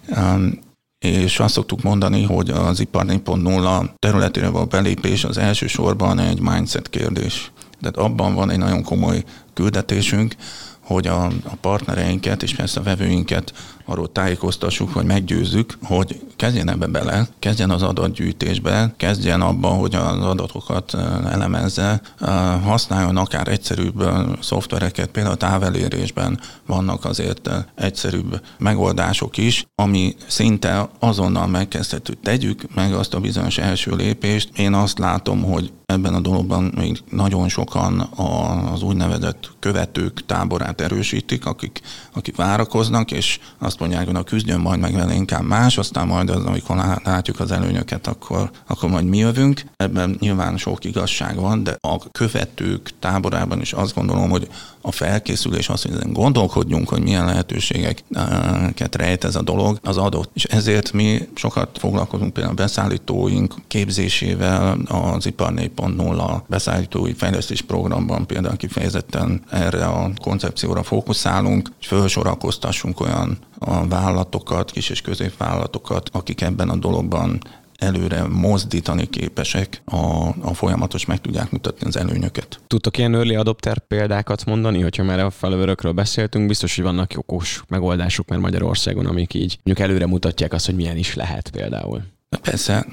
És azt szoktuk mondani, hogy az ipar négy pont nulla területére való belépés az elsősorban egy mindset kérdés. Tehát abban van egy nagyon komoly küldetésünk, hogy a, a partnereinket és persze a vevőinket arról tájékoztassuk, hogy meggyőzzük, hogy kezdjen ebbe bele, kezdjen az adatgyűjtésbe, kezdjen abban, hogy az adatokat elemezze, használjon akár egyszerűbb szoftvereket, például a távelérésben vannak azért egyszerűbb megoldások is, ami szinte azonnal megkezdhető. Tegyük meg azt a bizonyos első lépést. Én azt látom, hogy ebben a dologban még nagyon sokan az úgynevezett követők táborát erősítik, akik, akik várakoznak, és azt mondják, hogy na, küzdjön majd meg vele inkább más, aztán majd az, amikor látjuk az előnyöket, akkor, akkor majd mi jövünk. Ebben nyilván sok igazság van, de a követők táborában is azt gondolom, hogy a felkészülés, az, hogy ezen gondolkodjunk, hogy milyen lehetőségeket rejt ez a dolog, az adott. És ezért mi sokat foglalkozunk például a beszállítóink képzésével, az ipar négy pont nulla beszállítói fejlesztés programban például kifejezetten erre a koncepcióra fókuszálunk, és felsorakoztassunk olyan a vállalatokat, kis és középvállalatokat, akik ebben a dologban előre mozdítani képesek, a, a folyamatos meg tudják mutatni az előnyöket. Tudtok ilyen early adopter példákat mondani, hogyha már a felvörökről beszéltünk, biztos, hogy vannak okos megoldások már Magyarországon, amik így mondjuk előre mutatják azt, hogy milyen is lehet például. Persze,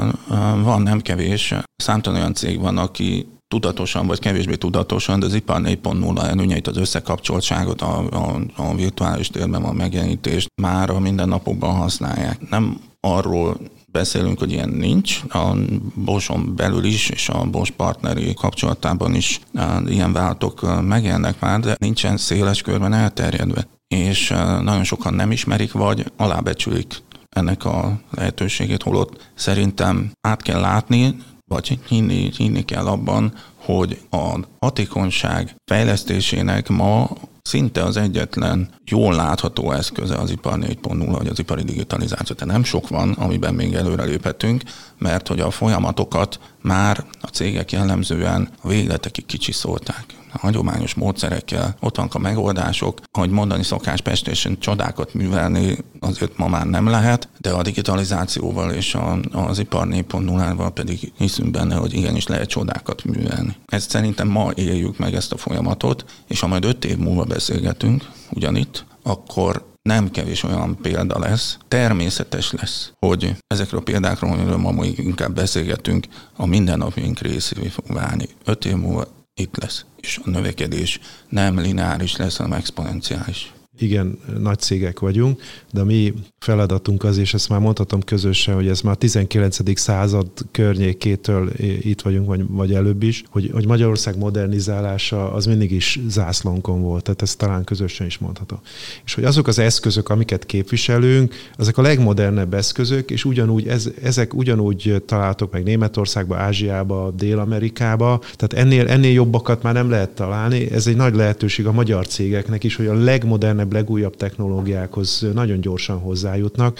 van nem kevés, számtalan olyan cég van, aki tudatosan vagy kevésbé tudatosan, de az ipar négy pont nulla előnyeit, az összekapcsoltságot, a, a, a virtuális térben van megjelenítést már a mindennapokban használják. Nem arról beszélünk, hogy ilyen nincs. A Bosch-on belül is, és a Bosch partneri kapcsolatában is ilyen vállalatok megjelennek már, de nincsen széles körben elterjedve. És nagyon sokan nem ismerik, vagy alábecsülik ennek a lehetőségét, holott szerintem át kell látni, vagy hinni, hinni kell abban, hogy a hatékonyság fejlesztésének ma szinte az egyetlen jól látható eszköze az ipar négy pont nulla, vagy az ipari digitalizáció. Tehát nem sok van, amiben még előreléphetünk, mert hogy a folyamatokat már a cégek jellemzően a végletekig kicsiszolták. A hagyományos módszerekkel ott vannak a megoldások, ahogy mondani szokás, Pestésen csodákat művelni azért ma már nem lehet, de a digitalizációval és a, az ipar négy pont nullával pedig hiszünk benne, hogy igenis lehet csodákat művelni. Ezt szerintem ma éljük meg ezt a folyamatot, és ha majd öt év múlva beszélgetünk ugyanitt, akkor nem kevés olyan példa lesz, természetes lesz, hogy ezekről a példákról, amiről ma még inkább beszélgetünk, a mindennapjaink részévé fog válni. Öt év múlva itt lesz, és a növekedés nem lineáris lesz, hanem exponenciális. Igen, nagy cégek vagyunk, de a mi feladatunk az, és ezt már mondhatom közösen, hogy ez már a tizenkilencedik század környékétől itt vagyunk, vagy, vagy előbb is, hogy, hogy Magyarország modernizálása az mindig is zászlónkon volt, tehát ezt talán közösen is mondhatom. És hogy azok az eszközök, amiket képviselünk, azok a legmodernebb eszközök, és ugyanúgy ez, ezek ugyanúgy találhatók meg Németországba, Ázsiába, Dél-Amerikába, tehát ennél, ennél jobbakat már nem lehet találni. Ez egy nagy lehetőség a magyar cégeknek is, hogy a legmodernebb, legújabb technológiákhoz nagyon gyorsan hozzájutnak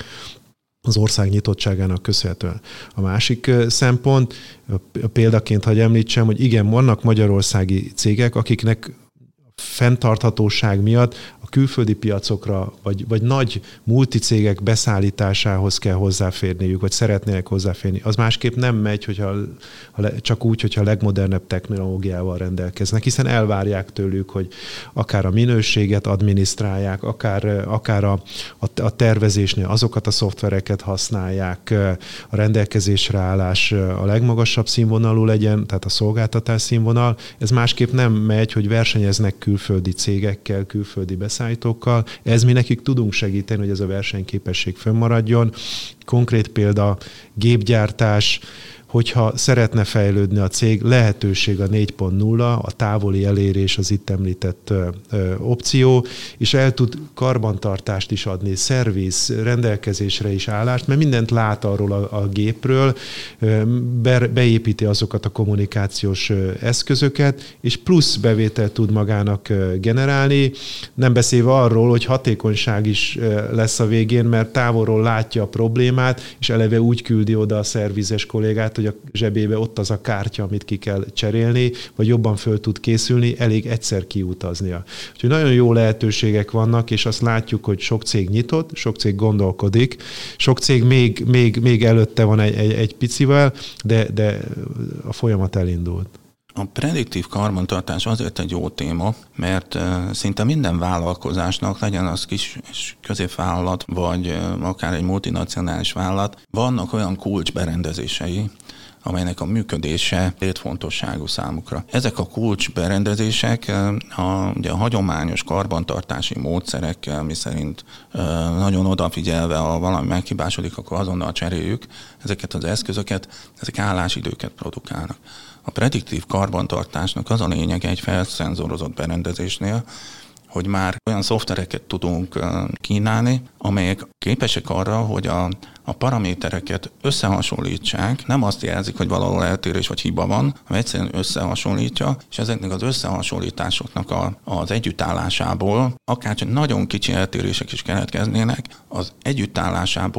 az ország nyitottságának köszönhetően. A másik szempont, a példaként hagy említsem, hogy igen, vannak magyarországi cégek, akiknek fenntarthatóság miatt a külföldi piacokra, vagy, vagy nagy multicégek beszállításához kell hozzáférniük, vagy szeretnének hozzáférni. Az másképp nem megy, hogyha, csak úgy, hogyha a legmodernebb technológiával rendelkeznek, hiszen elvárják tőlük, hogy akár a minőséget adminisztrálják, akár, akár a, a tervezésnél azokat a szoftvereket használják, a rendelkezésre állás a legmagasabb színvonalú legyen, tehát a szolgáltatás színvonal. Ez másképp nem megy, hogy versenyeznek külföldi cégekkel, külföldi beszállítókkal. Ez mi nekik tudunk segíteni, hogy ez a versenyképesség fönnmaradjon. Konkrét példa, gépgyártás, hogyha szeretne fejlődni a cég, lehetőség a négy pont nulla, a távoli elérés az itt említett ö, ö, opció, és el tud karbantartást is adni, szerviz, rendelkezésre is állást, mert mindent lát arról a, a gépről, ö, be, beépíti azokat a kommunikációs ö, eszközöket, és plusz bevételt tud magának ö, generálni, nem beszélve arról, hogy hatékonyság is ö, lesz a végén, mert távolról látja a problémát, és eleve úgy küldi oda a szervizes kollégát, hogy a zsebébe ott az a kártya, amit ki kell cserélni, vagy jobban föl tud készülni, elég egyszer kiutaznia. Úgyhogy nagyon jó lehetőségek vannak, és azt látjuk, hogy sok cég nyitott, sok cég gondolkodik, sok cég még, még, még előtte van egy, egy, egy picivel, de, de a folyamat elindult. A prediktív karbantartás azért egy jó téma, mert szinte minden vállalkozásnak, legyen az kis és középvállalat, vagy akár egy multinacionális vállalat, vannak olyan kulcsberendezései, amelynek a működése létfontosságú számukra. Ezek a kulcsberendezések a, ugye a hagyományos karbantartási módszerekkel, miszerint nagyon odafigyelve, ha valami meghibásodik, akkor azonnal cseréljük ezeket az eszközöket, ezek állásidőket produkálnak. A prediktív karbantartásnak az a lényege egy felszenzorozott berendezésnél, hogy már olyan szoftvereket tudunk kínálni, amelyek képesek arra, hogy a, a paramétereket összehasonlítsák, nem azt jelzik, hogy valahol eltérés vagy hiba van, hanem egyszerűen összehasonlítja, és ezeknek az összehasonlításoknak a, az együttállásából, akár csak nagyon kicsi eltérések is keletkeznének, az együttállásából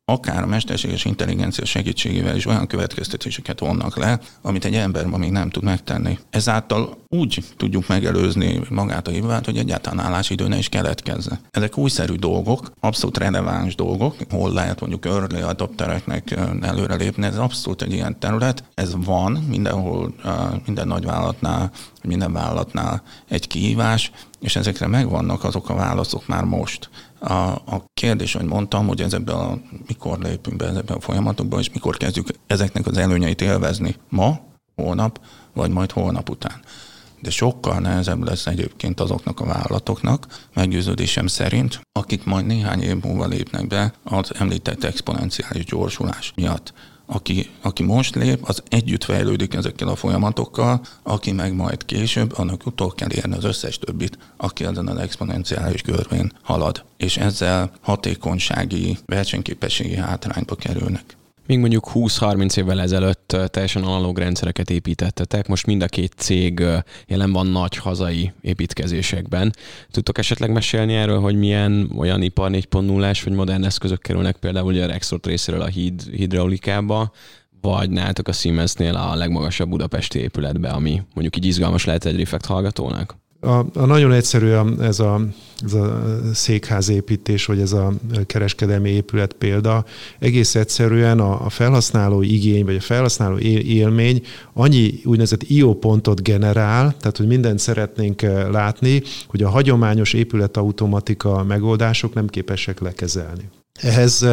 akár a mesterséges intelligencia segítségével is olyan következtetéseket vonnak le, amit egy ember ma még nem tud megtenni. Ezáltal úgy tudjuk megelőzni magát a hibát, hogy egyáltalán állásidő ne is keletkezze. Ezek újszerű dolgok, abszolút releváns dolgok, hol lehet mondjuk early adoptereknek előrelépni, ez abszolút egy ilyen terület, ez van mindenhol, minden nagyvállalatnál, minden vállalatnál egy kihívás, és ezekre megvannak azok a válaszok már most. A, a kérdés, hogy mondtam, hogy ezekben a, mikor lépünk be ezekben a folyamatokban, és mikor kezdjük ezeknek az előnyeit élvezni. Ma, holnap, vagy majd holnap után. De sokkal nehezebb lesz egyébként azoknak a vállalatoknak, meggyőződésem szerint, akik majd néhány év múlva lépnek be az említett exponenciális gyorsulás miatt. Aki, aki most lép, az együtt fejlődik ezekkel a folyamatokkal, aki meg majd később, annak utol kell érni az összes többit, aki ezen az exponenciális görvén halad. És ezzel hatékonysági, versenyképességi hátrányba kerülnek. Még mondjuk húsz-harminc évvel ezelőtt teljesen analóg rendszereket építettetek, most mind a két cég jelen van nagy hazai építkezésekben. Tudtok esetleg mesélni erről, hogy milyen olyan ipar négy pont nullás vagy modern eszközök kerülnek például ugye a Rexroth részéről a híd, hidraulikába, vagy nálatok a Siemensnél a legmagasabb budapesti épületbe, ami mondjuk így izgalmas lehet egy Reflect hallgatónak? A, a nagyon egyszerű a, ez, a, ez a székházépítés, vagy ez a kereskedelmi épület példa. Egész egyszerűen a, a felhasználó igény, vagy a felhasználó élmény annyi úgynevezett I O pontot generál, tehát hogy mindent szeretnénk látni, hogy a hagyományos épületautomatika megoldások nem képesek lekezelni. Ehhez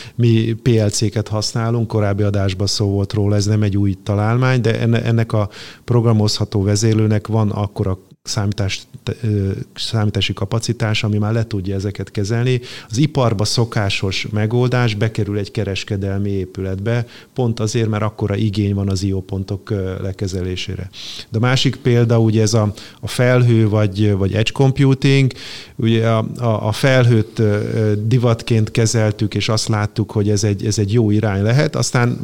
mi P L C-ket használunk, korábbi adásban szó volt róla, ez nem egy új találmány, de ennek a programozható vezérlőnek van akkora számítás, számítási kapacitás, ami már le tudja ezeket kezelni. Az iparba szokásos megoldás bekerül egy kereskedelmi épületbe, pont azért, mert akkora igény van az I O pontok lekezelésére. De a másik példa, ugye ez a, a felhő vagy, vagy edge computing, ugye a, a, a felhőt divatként kezeltük, és azt láttuk, hogy ez egy, ez egy jó irány lehet, aztán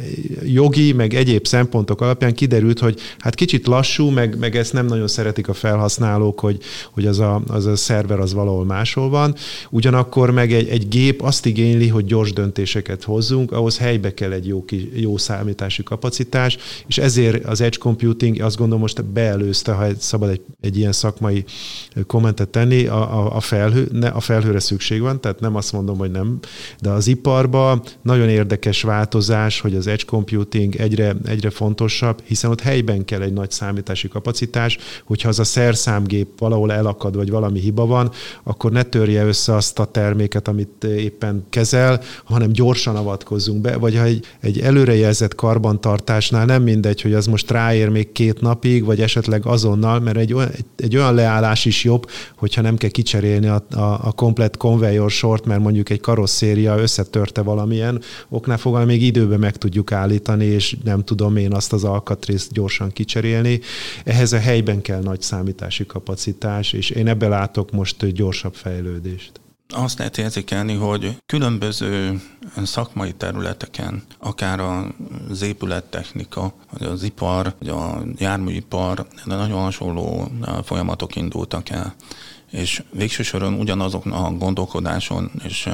jogi, meg egyéb szempontok alapján kiderült, hogy hát kicsit lassú, meg, meg ezt nem nagyon szeretik a felhasználók, hogy, hogy az, a, az a szerver az valahol máshol van. Ugyanakkor meg egy, egy gép azt igényli, hogy gyors döntéseket hozzunk, ahhoz helybe kell egy jó, jó számítási kapacitás, és ezért az edge computing azt gondolom most beelőzte, ha szabad egy, egy ilyen szakmai kommentet tenni, a, a, a, felhő, ne, a felhőre szükség van, tehát nem azt mondom, hogy nem, de az iparban nagyon érdekes változás, hogy az edge computing egyre, egyre fontosabb, hiszen ott helyben kell egy nagy számítási kapacitás, hogyha az a szerszámgép valahol elakad, vagy valami hiba van, akkor ne törje össze azt a terméket, amit éppen kezel, hanem gyorsan avatkozzunk be, vagy ha egy, egy előrejelzett karbantartásnál nem mindegy, hogy az most ráér még két napig, vagy esetleg azonnal, mert egy olyan, egy, egy olyan leállás is jobb, hogyha nem kell kicserélni a, a, a komplett conveyor sort, mert mondjuk egy karosszéria összetörte valamilyen oknál fogva, még időben meg tudjuk állítani, és nem tudom én azt az alkatrészt gyorsan kicserélni. Ehhez a helyben kell nagy számítási kapacitás, és én ebbe látok most gyorsabb fejlődést. Azt lehet érzékelni, hogy különböző szakmai területeken, akár az épülettechnika, vagy az ipar, vagy a járműipar, de nagyon hasonló folyamatok indultak el. És végső soron ugyanazon a gondolkodáson és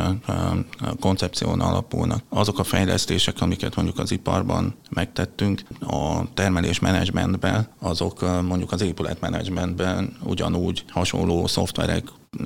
koncepción alapulnak. Azok a fejlesztések, amiket mondjuk az iparban megtettünk, a termelésmenedzsmentben, azok mondjuk az épületmenedzsmentben ugyanúgy hasonló szoftverek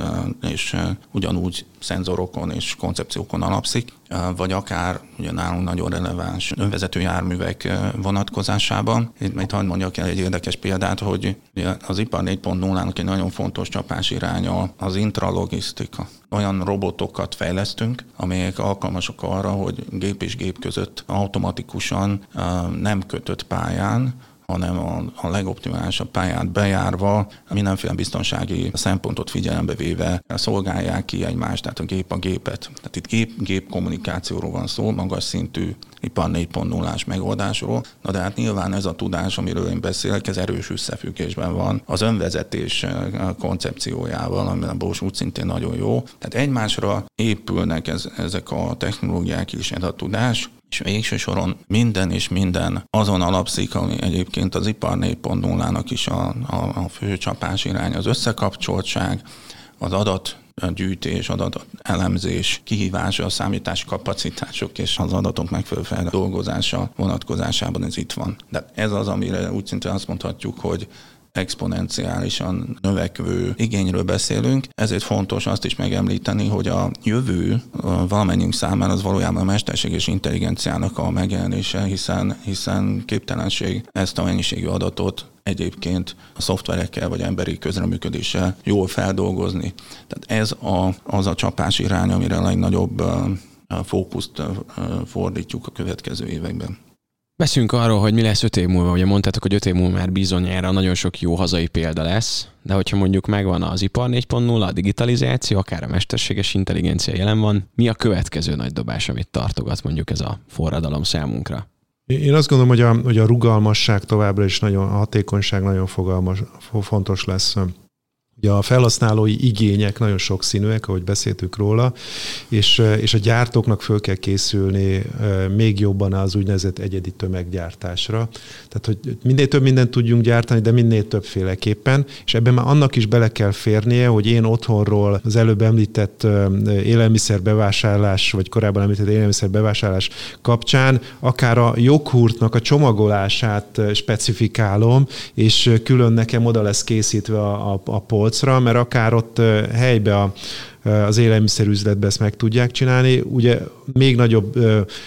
és ugyanúgy szenzorokon és koncepciókon alapszik, vagy akár ugye nálunk nagyon releváns önvezető járművek vonatkozásában. Itt majd hadd mondjak el egy érdekes példát, hogy az ipar négy pont nullának egy nagyon fontos csapásiránya az intralogisztika. Olyan robotokat fejlesztünk, amelyek alkalmasak arra, hogy gép és gép között automatikusan nem kötött pályán, hanem a, a legoptimálisabb pályát bejárva, mindenféle biztonsági szempontot figyelembe véve szolgálják ki egymást, tehát a gép a gépet. Tehát itt gép-gép kommunikációról van szó, magas szintű ipar négy pont nullás megoldásról. Na de hát nyilván ez a tudás, amiről én beszélek, ez erős összefüggésben van az önvezetés koncepciójával, ami a Bosch úgy szintén nagyon jó. Tehát egymásra épülnek ez, ezek a technológiák is, ez a tudás, és végső soron minden és minden azon alapszik, ami egyébként az ipar négy pont nullának is a, a, a fő csapás irány, az összekapcsoltság, az adat adatgyűjtés, adatelemzés, kihívása, a számítási kapacitások és az adatok megfelelő feldolgozása vonatkozásában ez itt van. De ez az, amire úgy szintén azt mondhatjuk, hogy exponenciálisan növekvő igényről beszélünk, ezért fontos azt is megemlíteni, hogy a jövő valamennyiünk számára az valójában a mesterséges intelligenciának a megjelenése, hiszen, hiszen képtelenség ezt a mennyiségű adatot egyébként a szoftverekkel vagy emberi közreműködéssel jól feldolgozni. Tehát ez a, az a csapás irány, amire a legnagyobb fókuszt fordítjuk a következő években. Beszünk arról, hogy mi lesz öt év múlva. Ugye mondtátok, hogy öt év múlva már bizonyára nagyon sok jó hazai példa lesz, de hogyha mondjuk megvan az ipar négy pont nulla, a digitalizáció, akár a mesterséges intelligencia jelen van, mi a következő nagy dobás, amit tartogat mondjuk ez a forradalom számunkra? Én azt gondolom, hogy a, hogy a rugalmasság továbbra is nagyon, a hatékonyság nagyon fogalmas, fontos lesz. Ugye a felhasználói igények nagyon sokszínűek, ahogy beszéltük róla, és, és a gyártóknak föl kell készülni még jobban az úgynevezett egyedi tömeggyártásra. Tehát, hogy minél több mindent tudjunk gyártani, de minél többféleképpen, és ebben már annak is bele kell férnie, hogy én otthonról az előbb említett élelmiszerbevásárlás, vagy korábban említett élelmiszerbevásárlás kapcsán akár a joghurtnak a csomagolását specifikálom, és külön nekem oda lesz készítve a, a, a polcra, mert akár ott helybe a, az élelmiszerüzletbe ezt meg tudják csinálni. Ugye még nagyobb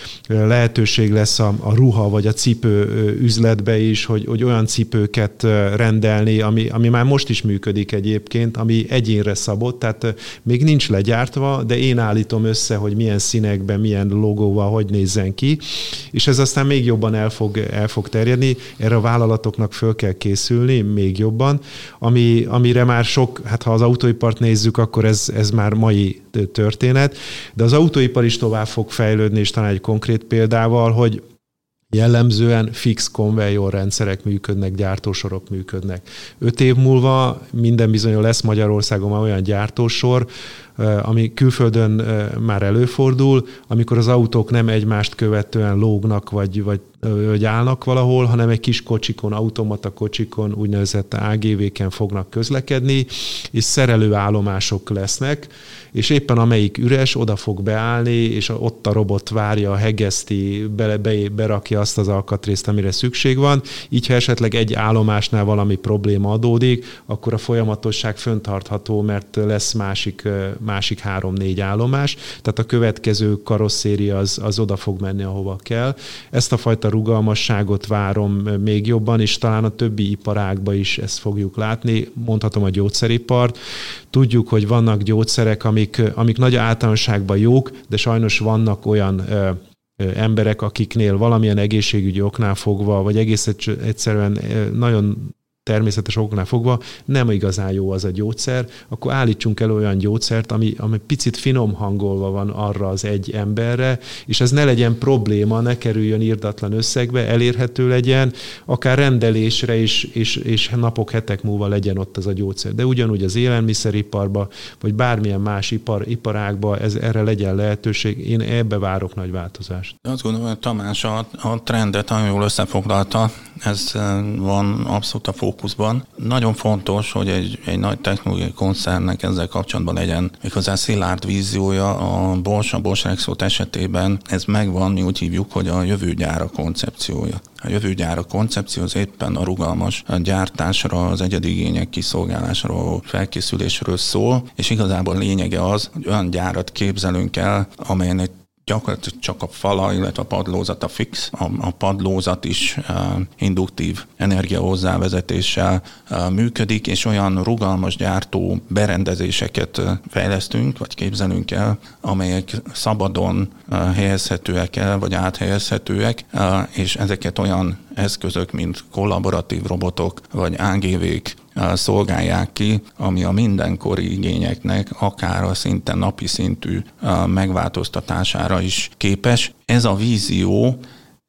lehetőség lesz a, a ruha vagy a cipő üzletbe is, hogy, hogy olyan cipőket rendelni, ami, ami már most is működik egyébként, ami egyénre szabott, tehát még nincs legyártva, de én állítom össze, hogy milyen színekben, milyen logóval, hogy nézzen ki, és ez aztán még jobban el fog, el fog terjedni. Erre a vállalatoknak föl kell készülni még jobban, ami, amire már sok, hát ha az autóipart nézzük, akkor ez, ez már mai történet, de az autóipar is tovább fog fejlődni, és talán egy konkrét példával, hogy jellemzően fix konvejor rendszerek működnek, gyártósorok működnek. Öt év múlva minden bizonnyal lesz Magyarországon már olyan gyártósor, ami külföldön már előfordul, amikor az autók nem egymást követően lógnak, vagy, vagy, vagy állnak valahol, hanem egy kis kocsikon, automata kocsikon, úgynevezett á gé vé-ken fognak közlekedni, és szerelőállomások lesznek, és éppen amelyik üres, oda fog beállni, és ott a robot várja, hegeszti, bele, be, berakja azt az alkatrészt, amire szükség van. Így, ha esetleg egy állomásnál valami probléma adódik, akkor a folyamatosság fönntartható, mert lesz másik másik három-négy állomás, tehát a következő karosszéria az, az oda fog menni, ahova kell. Ezt a fajta rugalmasságot várom még jobban, és talán a többi iparágban is ezt fogjuk látni. Mondhatom a gyógyszeripart. Tudjuk, hogy vannak gyógyszerek, amik, amik nagy általánosságban jók, de sajnos vannak olyan ö, ö, emberek, akiknél valamilyen egészségügyi oknál fogva, vagy egész egyszerűen ö, nagyon természetes oknál fogva nem igazán jó az a gyógyszer, akkor állítsunk el olyan gyógyszert, ami, ami picit finom hangolva van arra az egy emberre, és ez ne legyen probléma, ne kerüljön irdatlan összegbe, elérhető legyen, akár rendelésre is, és, és napok, hetek múlva legyen ott az a gyógyszer. De ugyanúgy az élelmiszeriparba, vagy bármilyen más ipar, iparágba ez, erre legyen lehetőség. Én ebbe várok nagy változást. Azt gondolom, hogy Tamás a, a trendet nagyon jól összefoglalta, ez van abszolút a fókuszban. Nagyon fontos, hogy egy, egy nagy technológiai koncernnek ezzel kapcsolatban legyen méghozzá szilárd víziója. A Bosch, a Bosch Rexroth esetében ez megvan, mi úgy hívjuk, hogy a jövőgyára koncepciója. A jövőgyára koncepció az éppen a rugalmas gyártásra, az egyedi igények kiszolgálásra, felkészülésről szól, és igazából lényege az, hogy olyan gyárat képzelünk el, amelyen gyakorlatilag csak a fala, illetve a padlózata fix. A, a padlózat is uh, induktív energia hozzávezetéssel uh, működik, és olyan rugalmas gyártó berendezéseket uh, fejlesztünk, vagy képzelünk el, amelyek szabadon uh, helyezhetőek el, vagy áthelyezhetőek, uh, és ezeket olyan eszközök, mint kollaboratív robotok, vagy á gé vé-k szolgálják ki, ami a mindenkori igényeknek akár a szinte napi szintű megváltoztatására is képes. Ez a vízió,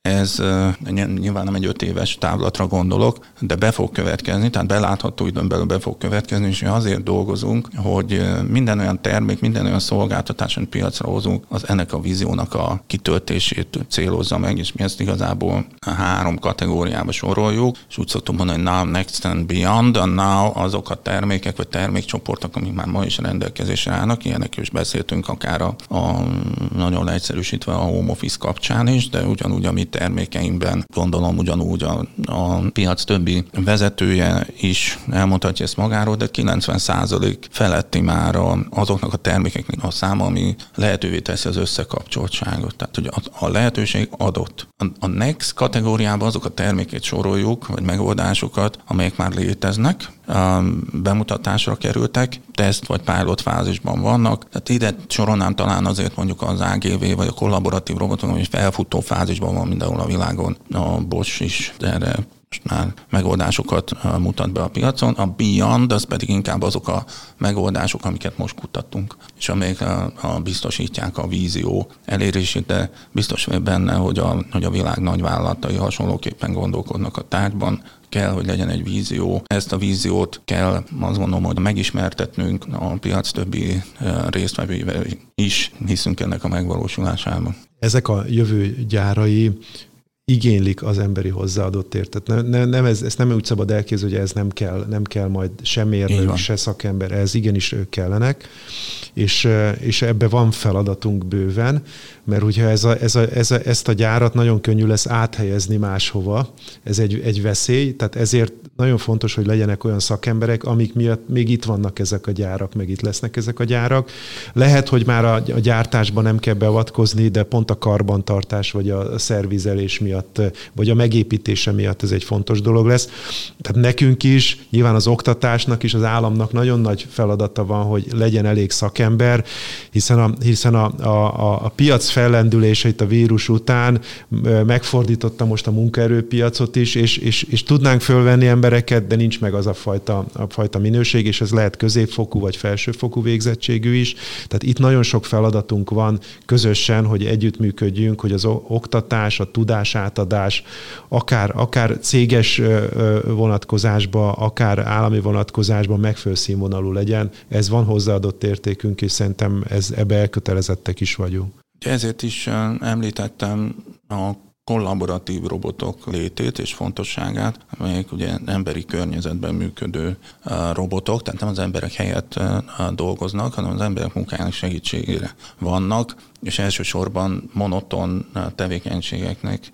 Ez nyilván nem egy öt éves távlatra gondolok, de be fog következni, tehát belátható időn belül be fog következni, és azért dolgozunk, hogy minden olyan termék, minden olyan szolgáltatás, amit piacra hozunk, az ennek a víziónak a kitöltését célozza meg, és mi ezt igazából három kategóriába soroljuk, és úgy szoktuk mondani, hogy now, next and beyond, a now azok a termékek, vagy termékcsoportok, amik már ma is rendelkezésre állnak, ilyenekről is beszéltünk akár a, a nagyon leegyszerűsítve a home office kapcsán is, de ugyanúgy a mi termékeinkben, gondolom ugyanúgy a, a piac többi vezetője is elmondhatja ezt magáról, de kilencven százalék feletti már azoknak a termékeknek a száma, ami lehetővé teszi az összekapcsoltságot. Tehát, hogy a, a lehetőség adott. A, a next kategóriában azok a terméket soroljuk, vagy megoldásokat, amelyek már léteznek, bemutatásra kerültek, teszt vagy pilot fázisban vannak. Tehát ide sorolnám talán azért mondjuk az á gé vé vagy a kollaboratív robotok, ami felfutó fázisban van mindenhol a világon. A Bosch is erre most már megoldásokat mutat be a piacon. A Beyond, az pedig inkább azok a megoldások, amiket most kutattunk, és amelyek a, a biztosítják a vízió elérését, de biztos vagy benne, hogy a, hogy a világ nagyvállalatai hasonlóképpen gondolkodnak a tárgyban. Kell, hogy legyen egy vízió. Ezt a víziót kell, azt gondolom, hogy megismertetnünk a piac többi résztvevőivel is, hiszünk ennek a megvalósulásában. Ezek a jövő gyárai igénylik az emberi hozzáadott értet. Nem, nem, nem ez, ezt nem úgy szabad elképzelni, hogy ez nem kell, nem kell majd sem mérnök, se szakember, ez igenis ők kellenek, és, és ebbe van feladatunk bőven, mert hogyha ez a, ez a, ez a, ezt a gyárat nagyon könnyű lesz áthelyezni máshova, ez egy, egy veszély, tehát ezért nagyon fontos, hogy legyenek olyan szakemberek, amik miatt még itt vannak ezek a gyárak, meg itt lesznek ezek a gyárak. Lehet, hogy már a, a gyártásban nem kell beavatkozni, de pont a karbantartás vagy a szervizelés miatt, vagy a megépítése miatt ez egy fontos dolog lesz. Tehát nekünk is, nyilván az oktatásnak is, az államnak nagyon nagy feladata van, hogy legyen elég szakember, hiszen a, hiszen a, a, a piac fellendülése itt a vírus után megfordította most a munkaerőpiacot is, és, és, és tudnánk fölvenni embereket, de nincs meg az a fajta, a fajta minőség, és ez lehet középfokú vagy felsőfokú végzettségű is. Tehát itt nagyon sok feladatunk van közösen, hogy együttműködjünk, hogy az oktatás, a tudásátadás, akár, akár céges vonatkozásban, akár állami vonatkozásban megfelelő színvonalú legyen. Ez van hozzáadott értékünk, és szerintem ez, ebbe elkötelezettek is vagyunk. Ezért is említettem a kollaboratív robotok létét és fontosságát, amelyek ugye emberi környezetben működő robotok, tehát nem az emberek helyett dolgoznak, hanem az emberek munkájának segítségére vannak, és elsősorban monoton tevékenységeknek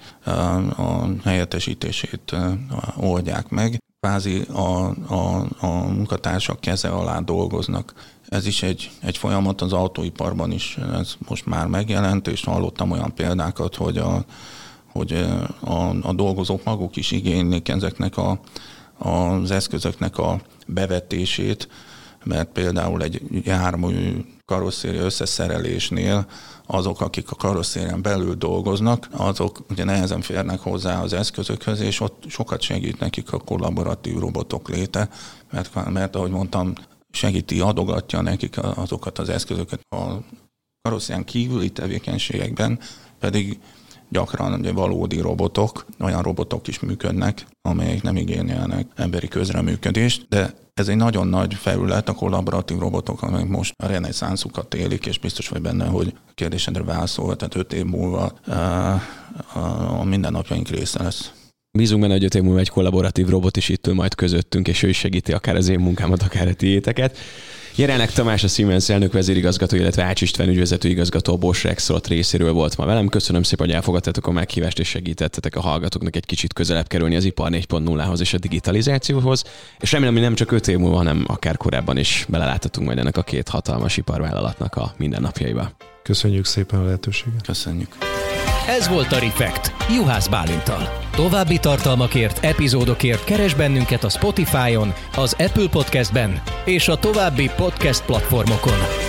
a helyettesítését oldják meg. Kvázi a, a, a munkatársak keze alá dolgoznak. Ez is egy, egy folyamat, az autóiparban is ez most már megjelent, és hallottam olyan példákat, hogy a hogy a, a dolgozók maguk is igénylik ezeknek a, az eszközöknek a bevetését, mert például egy jármű karosszéria összeszerelésnél azok, akik a karosszérián belül dolgoznak, azok ugye nehezen férnek hozzá az eszközökhöz, és ott sokat segít nekik a kollaboratív robotok léte, mert, mert ahogy mondtam, segíti, adogatja nekik azokat az eszközöket. A karosszérián kívüli tevékenységekben pedig gyakran ugye valódi robotok, olyan robotok is működnek, amelyek nem igényelnek emberi közreműködést, de ez egy nagyon nagy felület, a kollaboratív robotok, amelyek most a reneszánszukat élik, és biztos vagy benne, hogy a kérdésedre válaszol, tehát öt év múlva a mindennapjaink része lesz. Bízunk benne, hogy öt év múlva egy kollaboratív robot is itt ül majd közöttünk, és ő is segíti akár az én munkámat, akár a tiéteket. Jelenleg Tamás, a Siemens elnök vezérigazgató, illetve Ács István ügyvezető igazgató a Bosch Rexroth részéről volt ma velem. Köszönöm szépen, hogy elfogadtatok a meghívást, és segítettetek a hallgatóknak egy kicsit közelebb kerülni az ipar négy pont nullához és a digitalizációhoz. És remélem, hogy nem csak öt év múlva, hanem akár korábban is beleláthatunk majd ennek a két hatalmas iparvállalatnak a mindennapjaiba. Köszönjük szépen a lehetőséget. Köszönjük. Ez volt a Refekt Juhász Bálinttal. További tartalmakért, epizódokért keresd bennünket a Spotify-on, az Apple Podcastben és a további podcast platformokon.